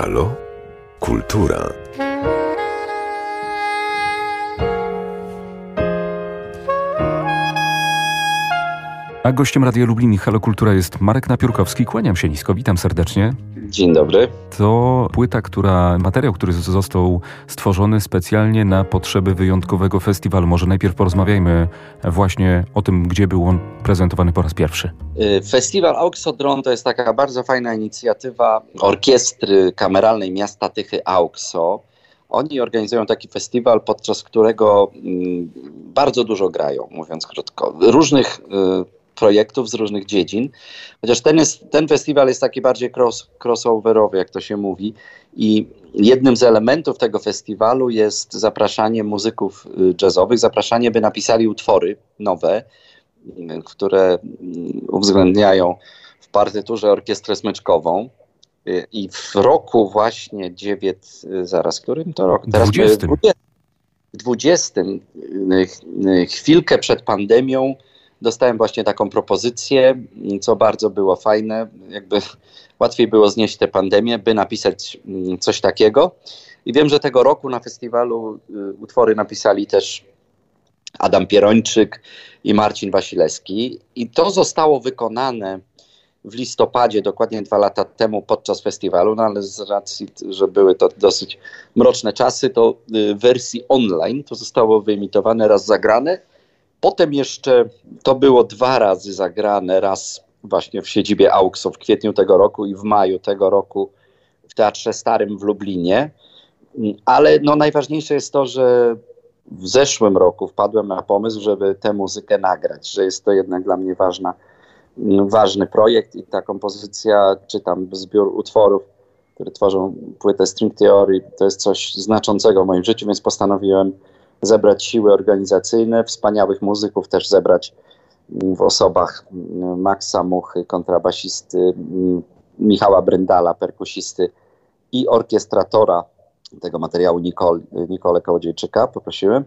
Halo? Kultura. A gościem Radia Lublin i Halo Kultura jest Marek Napiórkowski. Kłaniam się nisko, witam serdecznie. Dzień dobry. To płyta, materiał, który został stworzony specjalnie na potrzeby wyjątkowego festiwalu. Może najpierw porozmawiajmy właśnie o tym, gdzie był on prezentowany po raz pierwszy. Festiwal Auxodron to jest taka bardzo fajna inicjatywa orkiestry kameralnej miasta Tychy AUXO. Oni organizują taki festiwal, podczas którego bardzo dużo grają, mówiąc krótko, różnych projektów z różnych dziedzin. Chociaż ten festiwal jest taki bardziej crossoverowy, jak to się mówi. I jednym z elementów tego festiwalu jest zapraszanie muzyków jazzowych, zapraszanie, by napisali utwory nowe, które uwzględniają w partyturze orkiestrę smyczkową. I w roku właśnie którym to rok? Teraz 20. Chwilkę przed pandemią dostałem właśnie taką propozycję, co bardzo było fajne. Jakby łatwiej było znieść tę pandemię, by napisać coś takiego. I wiem, że tego roku na festiwalu utwory napisali też Adam Pierończyk i Marcin Wasilewski. I to zostało wykonane w listopadzie, dokładnie 2 lata temu podczas festiwalu, no ale z racji, że były to dosyć mroczne czasy, to w wersji online to zostało wyemitowane, raz zagrane. Potem jeszcze to było 2 razy zagrane, raz właśnie w siedzibie AUXO w kwietniu tego roku i w maju tego roku w Teatrze Starym w Lublinie. Ale no najważniejsze jest to, że w zeszłym roku wpadłem na pomysł, żeby tę muzykę nagrać, że jest to jednak dla mnie ważny projekt i ta kompozycja, czy tam zbiór utworów, które tworzą płytę String Theory, to jest coś znaczącego w moim życiu, więc postanowiłem zebrać siły organizacyjne, wspaniałych muzyków też zebrać w osobach Maxa Muchy, kontrabasisty, Michała Bryndala, perkusisty i orkiestratora tego materiału Nikolę Kołodziejczyka poprosiłem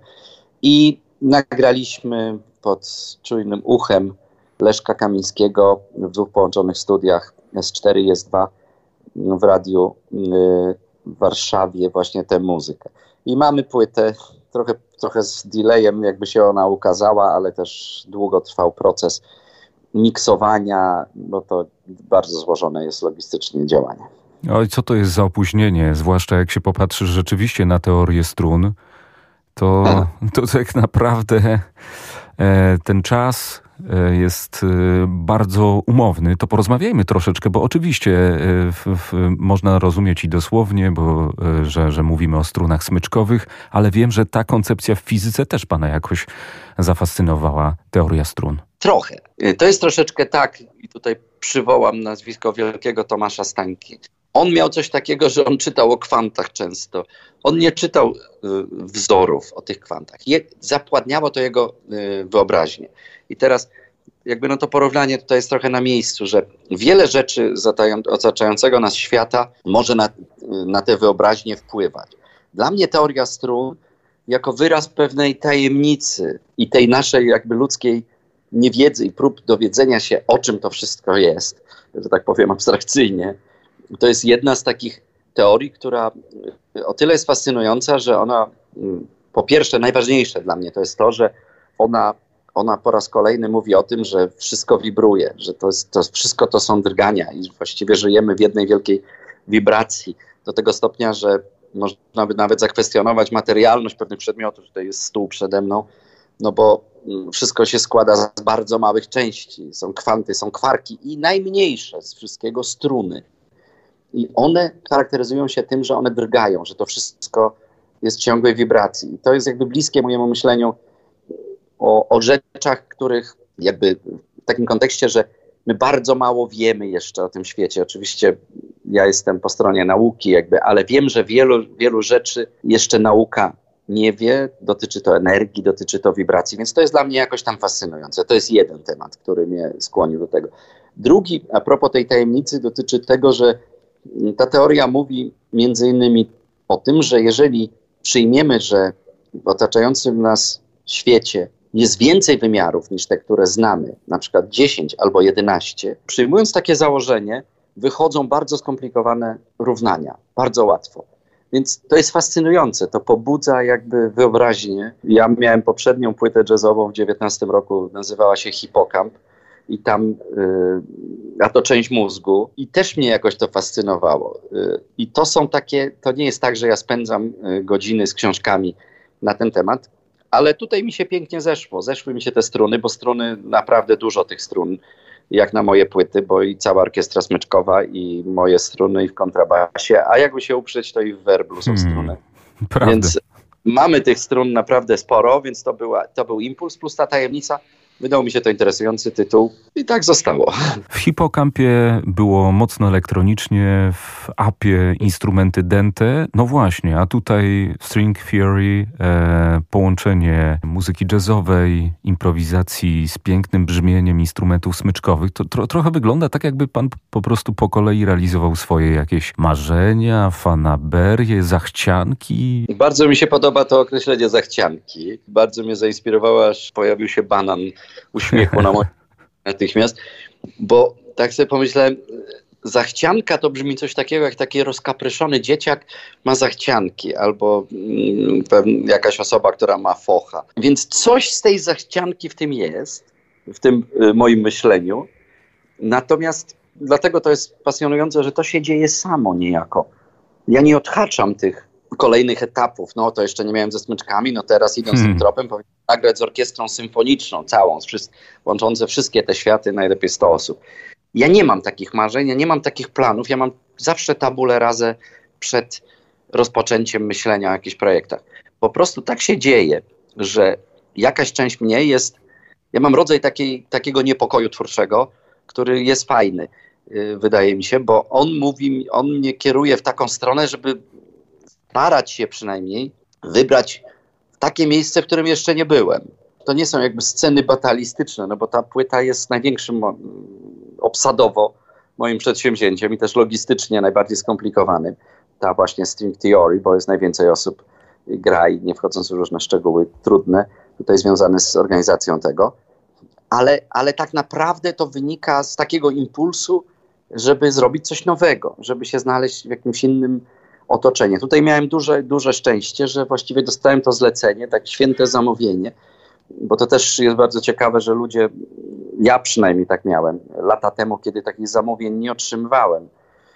i nagraliśmy pod czujnym uchem Leszka Kamińskiego w 2 połączonych studiach S4 i S2 w radiu w Warszawie właśnie tę muzykę. I mamy płytę, trochę z delayem jakby się ona ukazała, ale też długo trwał proces miksowania, bo to bardzo złożone jest logistycznie działanie. Oj, co to jest za opóźnienie, zwłaszcza jak się popatrzy rzeczywiście na teorię strun, to tak naprawdę ten czas jest bardzo umowny. To porozmawiajmy troszeczkę, bo oczywiście można rozumieć i dosłownie, bo że mówimy o strunach smyczkowych, ale wiem, że ta koncepcja w fizyce też pana jakoś zafascynowała, teoria strun. Trochę. To jest troszeczkę tak, i tutaj przywołam nazwisko wielkiego Tomasza Stańki. On miał coś takiego, że on czytał o kwantach często. On nie czytał wzorów o tych kwantach. Zapładniało to jego wyobraźnię. I teraz jakby to porównanie tutaj jest trochę na miejscu, że wiele rzeczy otaczającego nas świata może na tę wyobraźnię wpływać. Dla mnie teoria strun jako wyraz pewnej tajemnicy i tej naszej jakby ludzkiej niewiedzy i prób dowiedzenia się, o czym to wszystko jest, że tak powiem abstrakcyjnie, to jest jedna z takich teorii, która o tyle jest fascynująca, że ona po pierwsze najważniejsze dla mnie to jest to, że ona po raz kolejny mówi o tym, że wszystko wibruje, że wszystko to są drgania i właściwie żyjemy w jednej wielkiej wibracji do tego stopnia, że można by nawet zakwestionować materialność pewnych przedmiotów. Tutaj jest stół przede mną, no bo wszystko się składa z bardzo małych części. Są kwanty, są kwarki i najmniejsze z wszystkiego struny. I one charakteryzują się tym, że one drgają, że to wszystko jest w ciągłej wibracji. I to jest jakby bliskie mojemu myśleniu o rzeczach, których jakby w takim kontekście, że my bardzo mało wiemy jeszcze o tym świecie. Oczywiście ja jestem po stronie nauki ale wiem, że wielu rzeczy jeszcze nauka nie wie. Dotyczy to energii, dotyczy to wibracji, więc to jest dla mnie jakoś tam fascynujące. To jest jeden temat, który mnie skłonił do tego. Drugi, a propos tej tajemnicy, dotyczy tego, że ta teoria mówi między innymi o tym, że jeżeli przyjmiemy, że w otaczającym nas świecie jest więcej wymiarów niż te, które znamy, na przykład 10 albo 11, przyjmując takie założenie, wychodzą bardzo skomplikowane równania, bardzo łatwo. Więc to jest fascynujące, to pobudza jakby wyobraźnię. Ja miałem poprzednią płytę jazzową w 19 roku, nazywała się Hipokamp i tam, a to część mózgu i też mnie jakoś to fascynowało. I to są takie, to nie jest tak, że ja spędzam godziny z książkami na ten temat, ale tutaj mi się pięknie zeszły mi się te struny, bo struny, naprawdę dużo tych strun, jak na moje płyty, bo i cała orkiestra smyczkowa i moje struny i w kontrabasie, a jakby się uprzeć, to i w werblu są struny. Prawda. Więc mamy tych strun naprawdę sporo, więc to był impuls plus ta tajemnica. Wydał mi się to interesujący tytuł i tak zostało. W Hipokampie było mocno elektronicznie, w Apie instrumenty dęte. No właśnie, a tutaj String Theory, połączenie muzyki jazzowej, improwizacji z pięknym brzmieniem instrumentów smyczkowych. To trochę wygląda tak, jakby pan po prostu po kolei realizował swoje jakieś marzenia, fanaberie, zachcianki. Bardzo mi się podoba to określenie zachcianki. Bardzo mnie zainspirowało, aż pojawił się banan uśmiechu na moim natychmiast, bo tak sobie pomyślałem, zachcianka to brzmi coś takiego, jak taki rozkapryszony dzieciak ma zachcianki, albo jakaś osoba, która ma focha. Więc coś z tej zachcianki w tym jest, w tym moim myśleniu. Natomiast dlatego to jest pasjonujące, że to się dzieje samo niejako. Ja nie odhaczam tych kolejnych etapów. No to jeszcze nie miałem ze smyczkami, no teraz idąc tym tropem powinien nagrać z orkiestrą symfoniczną całą, łączące wszystkie te światy, najlepiej 100 osób. Ja nie mam takich marzeń, ja nie mam takich planów, ja mam zawsze tabulę rasę przed rozpoczęciem myślenia o jakichś projektach. Po prostu tak się dzieje, że jakaś część mnie jest, ja mam rodzaj takiego niepokoju twórczego, który jest fajny, wydaje mi się, bo on mnie kieruje w taką stronę, żeby starać się przynajmniej wybrać takie miejsce, w którym jeszcze nie byłem. To nie są jakby sceny batalistyczne, no bo ta płyta jest największym obsadowo moim przedsięwzięciem i też logistycznie najbardziej skomplikowanym. Ta właśnie String Theory, bo jest najwięcej osób gra i nie wchodząc w różne szczegóły trudne, tutaj związane z organizacją tego. Ale tak naprawdę to wynika z takiego impulsu, żeby zrobić coś nowego, żeby się znaleźć w jakimś innym otoczeniu. Tutaj miałem duże szczęście, że właściwie dostałem to zlecenie, tak święte zamówienie, bo to też jest bardzo ciekawe, że ludzie, ja przynajmniej tak miałem, lata temu, kiedy takich zamówień nie otrzymywałem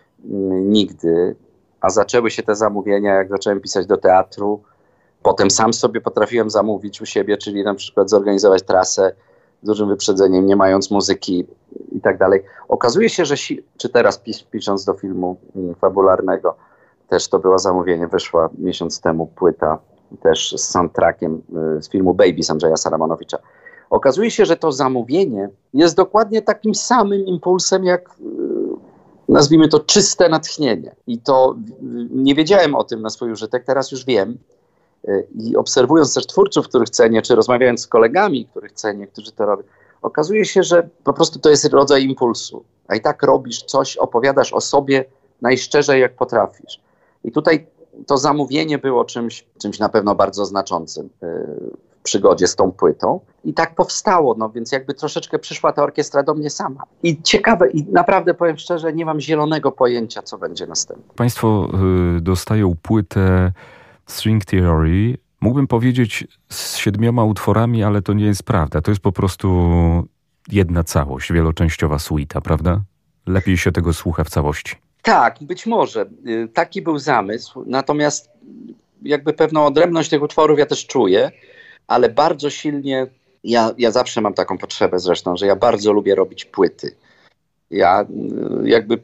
nigdy, a zaczęły się te zamówienia, jak zacząłem pisać do teatru, potem sam sobie potrafiłem zamówić u siebie, czyli na przykład zorganizować trasę z dużym wyprzedzeniem, nie mając muzyki i tak dalej. Okazuje się, że czy teraz pisząc do filmu fabularnego, też to było zamówienie, wyszła miesiąc temu płyta też z soundtrackiem z filmu Baby z Andrzeja Saramonowicza. Okazuje się, że to zamówienie jest dokładnie takim samym impulsem jak, nazwijmy to, czyste natchnienie. I to nie wiedziałem o tym na swój użytek, teraz już wiem. I obserwując też twórców, których cenię, czy rozmawiając z kolegami, których cenię, którzy to robią, okazuje się, że po prostu to jest rodzaj impulsu. A i tak robisz coś, opowiadasz o sobie najszczerzej jak potrafisz. I tutaj to zamówienie było czymś na pewno bardzo znaczącym w przygodzie z tą płytą. I tak powstało, no więc jakby troszeczkę przyszła ta orkiestra do mnie sama. I ciekawe, i naprawdę powiem szczerze, nie mam zielonego pojęcia, co będzie następne. Państwo dostają płytę String Theory. Mógłbym powiedzieć z 7 utworami, ale to nie jest prawda. To jest po prostu jedna całość, wieloczęściowa suita, prawda? Lepiej się tego słucha w całości. Tak, być może. Taki był zamysł. Natomiast jakby pewną odrębność tych utworów ja też czuję, ale bardzo silnie, ja zawsze mam taką potrzebę zresztą, że ja bardzo lubię robić płyty. Ja jakby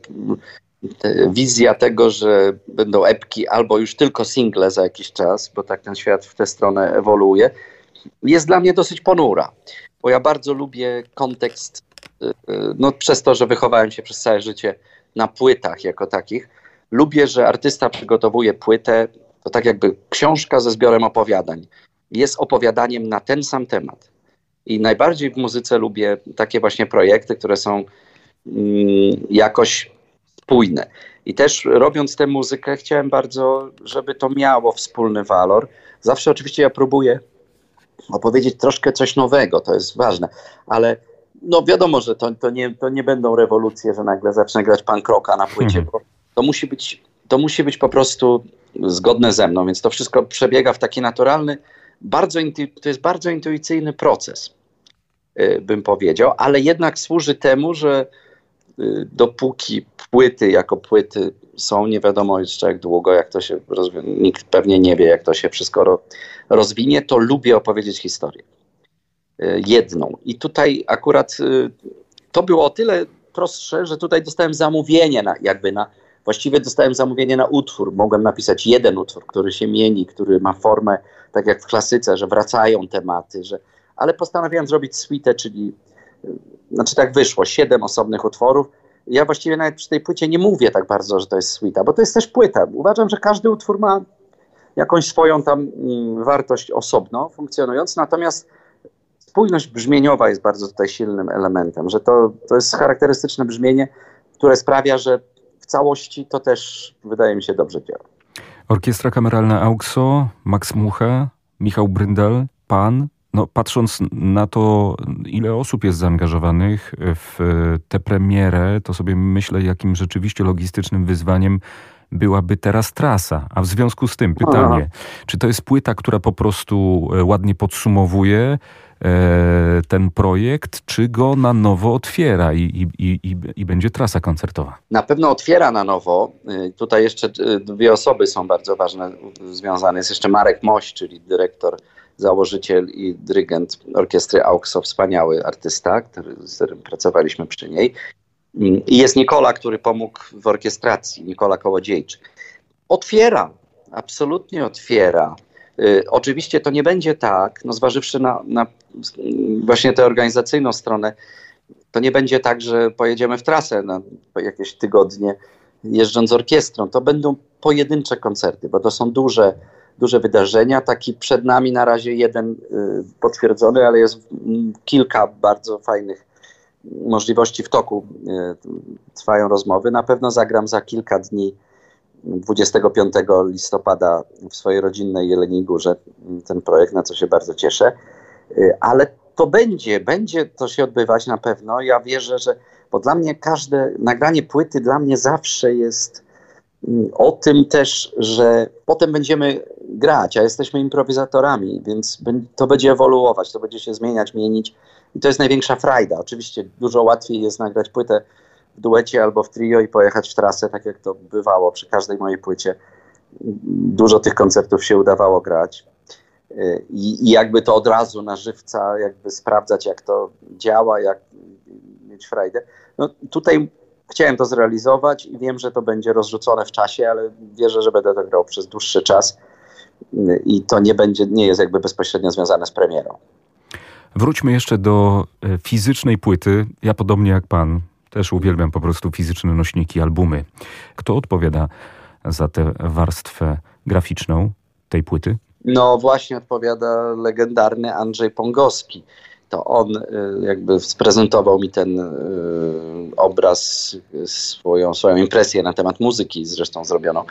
wizja tego, że będą epki albo już tylko single za jakiś czas, bo tak ten świat w tę stronę ewoluuje, jest dla mnie dosyć ponura. Bo ja bardzo lubię kontekst, no przez to, że wychowałem się przez całe życie na płytach jako takich. Lubię, że artysta przygotowuje płytę, to tak jakby książka ze zbiorem opowiadań. Jest opowiadaniem na ten sam temat. I najbardziej w muzyce lubię takie właśnie projekty, które są jakoś spójne. I też robiąc tę muzykę chciałem bardzo, żeby to miało wspólny walor. Zawsze oczywiście ja próbuję opowiedzieć troszkę coś nowego, to jest ważne, ale No wiadomo, że to nie będą rewolucje, że nagle zacznę grać punk rocka na płycie, bo to musi być po prostu zgodne ze mną, więc to wszystko przebiega w taki naturalny, to jest bardzo intuicyjny proces, bym powiedział, ale jednak służy temu, że dopóki płyty jako płyty są, nie wiadomo jeszcze jak długo, jak to się nikt pewnie nie wie, jak to się wszystko rozwinie, to lubię opowiedzieć historię. Jedną. I tutaj akurat to było o tyle prostsze, że tutaj dostałem zamówienie właściwie dostałem zamówienie na utwór. Mogłem napisać jeden utwór, który się mieni, który ma formę, tak jak w klasyce, że wracają tematy, ale postanowiłem zrobić suite, czyli tak wyszło, 7 osobnych utworów. Ja właściwie nawet przy tej płycie nie mówię tak bardzo, że to jest suita, bo to jest też płyta. Uważam, że każdy utwór ma jakąś swoją tam wartość osobno funkcjonując, natomiast spójność brzmieniowa jest bardzo tutaj silnym elementem, że to jest charakterystyczne brzmienie, które sprawia, że w całości to też wydaje mi się dobrze działa. Orkiestra Kameralna AUXO, Max Mucha, Michał Bryndal, pan. No, patrząc na to, ile osób jest zaangażowanych w tę premierę, to sobie myślę, jakim rzeczywiście logistycznym wyzwaniem byłaby teraz trasa. A w związku z tym pytanie, czy to jest płyta, która po prostu ładnie podsumowuje ten projekt, czy go na nowo otwiera i będzie trasa koncertowa? Na pewno otwiera na nowo. Tutaj jeszcze 2 osoby są bardzo ważne związane. Jest jeszcze Marek Moś, czyli dyrektor, założyciel i dyrygent orkiestry AUXO, wspaniały artysta, z którym pracowaliśmy przy niej. I jest Nikola, który pomógł w orkiestracji, Nikola Kołodziejczyk. Otwiera, absolutnie otwiera. Oczywiście to nie będzie tak, zważywszy na właśnie tę organizacyjną stronę, to nie będzie tak, że pojedziemy w trasę na jakieś tygodnie jeżdżąc z orkiestrą. To będą pojedyncze koncerty, bo to są duże wydarzenia. Taki przed nami na razie jeden potwierdzony, ale jest kilka bardzo fajnych możliwości w toku. Trwają rozmowy. Na pewno zagram za kilka dni, 25 listopada w swojej rodzinnej Jeleniej Górze ten projekt, na co się bardzo cieszę. Ale to będzie to się odbywać na pewno. Ja wierzę, bo dla mnie każde nagranie płyty dla mnie zawsze jest o tym też, że potem będziemy grać, a jesteśmy improwizatorami, więc to będzie ewoluować, to będzie się zmieniać, mienić i to jest największa frajda. Oczywiście dużo łatwiej jest nagrać płytę w duecie albo w trio i pojechać w trasę, tak jak to bywało przy każdej mojej płycie. Dużo tych koncertów się udawało grać i jakby to od razu na żywca jakby sprawdzać, jak to działa, jak mieć frajdę. No tutaj chciałem to zrealizować i wiem, że to będzie rozrzucone w czasie, ale wierzę, że będę to grał przez dłuższy czas i to nie jest jakby bezpośrednio związane z premierą. Wróćmy jeszcze do fizycznej płyty. Ja podobnie jak pan też uwielbiam po prostu fizyczne nośniki, albumy. Kto odpowiada za tę warstwę graficzną tej płyty? No właśnie odpowiada legendarny Andrzej Pągowski. To on jakby sprezentował mi ten obraz, swoją impresję na temat muzyki, zresztą zrobioną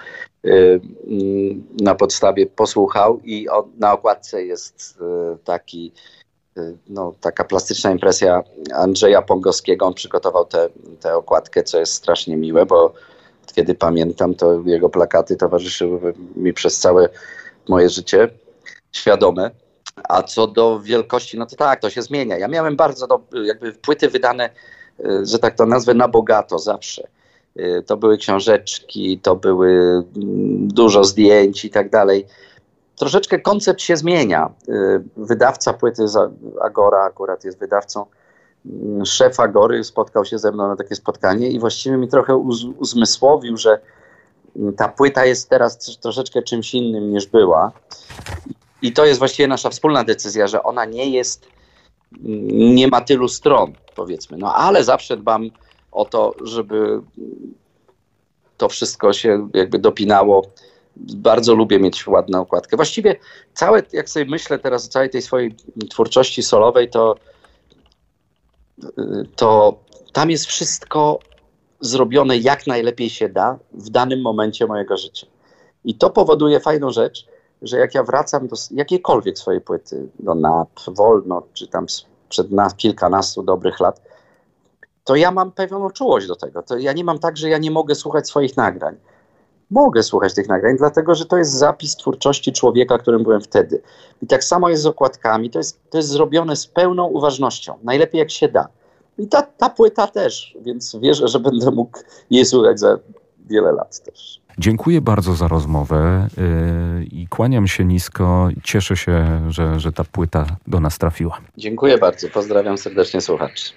na podstawie, posłuchał i na okładce jest taka plastyczna impresja Andrzeja Pągowskiego. On przygotował tę okładkę, co jest strasznie miłe, bo kiedy pamiętam, to jego plakaty towarzyszyły mi przez całe moje życie świadome. A co do wielkości, no to tak, to się zmienia. Ja miałem bardzo jakby płyty wydane, że tak to nazwę, na bogato zawsze. To były książeczki, to były dużo zdjęć i tak dalej. Troszeczkę koncept się zmienia. Wydawca płyty Agora akurat jest wydawcą. Szef Agory spotkał się ze mną na takie spotkanie i właściwie mi trochę uzmysłowił, że ta płyta jest teraz troszeczkę czymś innym niż była. I to jest właściwie nasza wspólna decyzja, że ona nie ma tylu stron, powiedzmy. No ale zawsze dbam o to, żeby to wszystko się jakby dopinało. Bardzo lubię mieć ładną okładkę. Właściwie jak sobie myślę teraz o całej tej swojej twórczości solowej, to tam jest wszystko zrobione jak najlepiej się da w danym momencie mojego życia. I to powoduje fajną rzecz, że jak ja wracam do jakiejkolwiek swojej płyty, do NAP, Wolno, czy tam przed kilkanastu dobrych lat, to ja mam pewną czułość do tego. To ja nie mam tak, że ja nie mogę słuchać swoich nagrań. Mogę słuchać tych nagrań, dlatego że to jest zapis twórczości człowieka, którym byłem wtedy. I tak samo jest z okładkami. To jest zrobione z pełną uważnością. Najlepiej jak się da. I ta płyta też, więc wierzę, że będę mógł jej słuchać za wiele lat też. Dziękuję bardzo za rozmowę i kłaniam się nisko. Cieszę się, że ta płyta do nas trafiła. Dziękuję bardzo. Pozdrawiam serdecznie słuchaczy.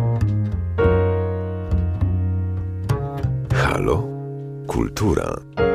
Halo? Kultura.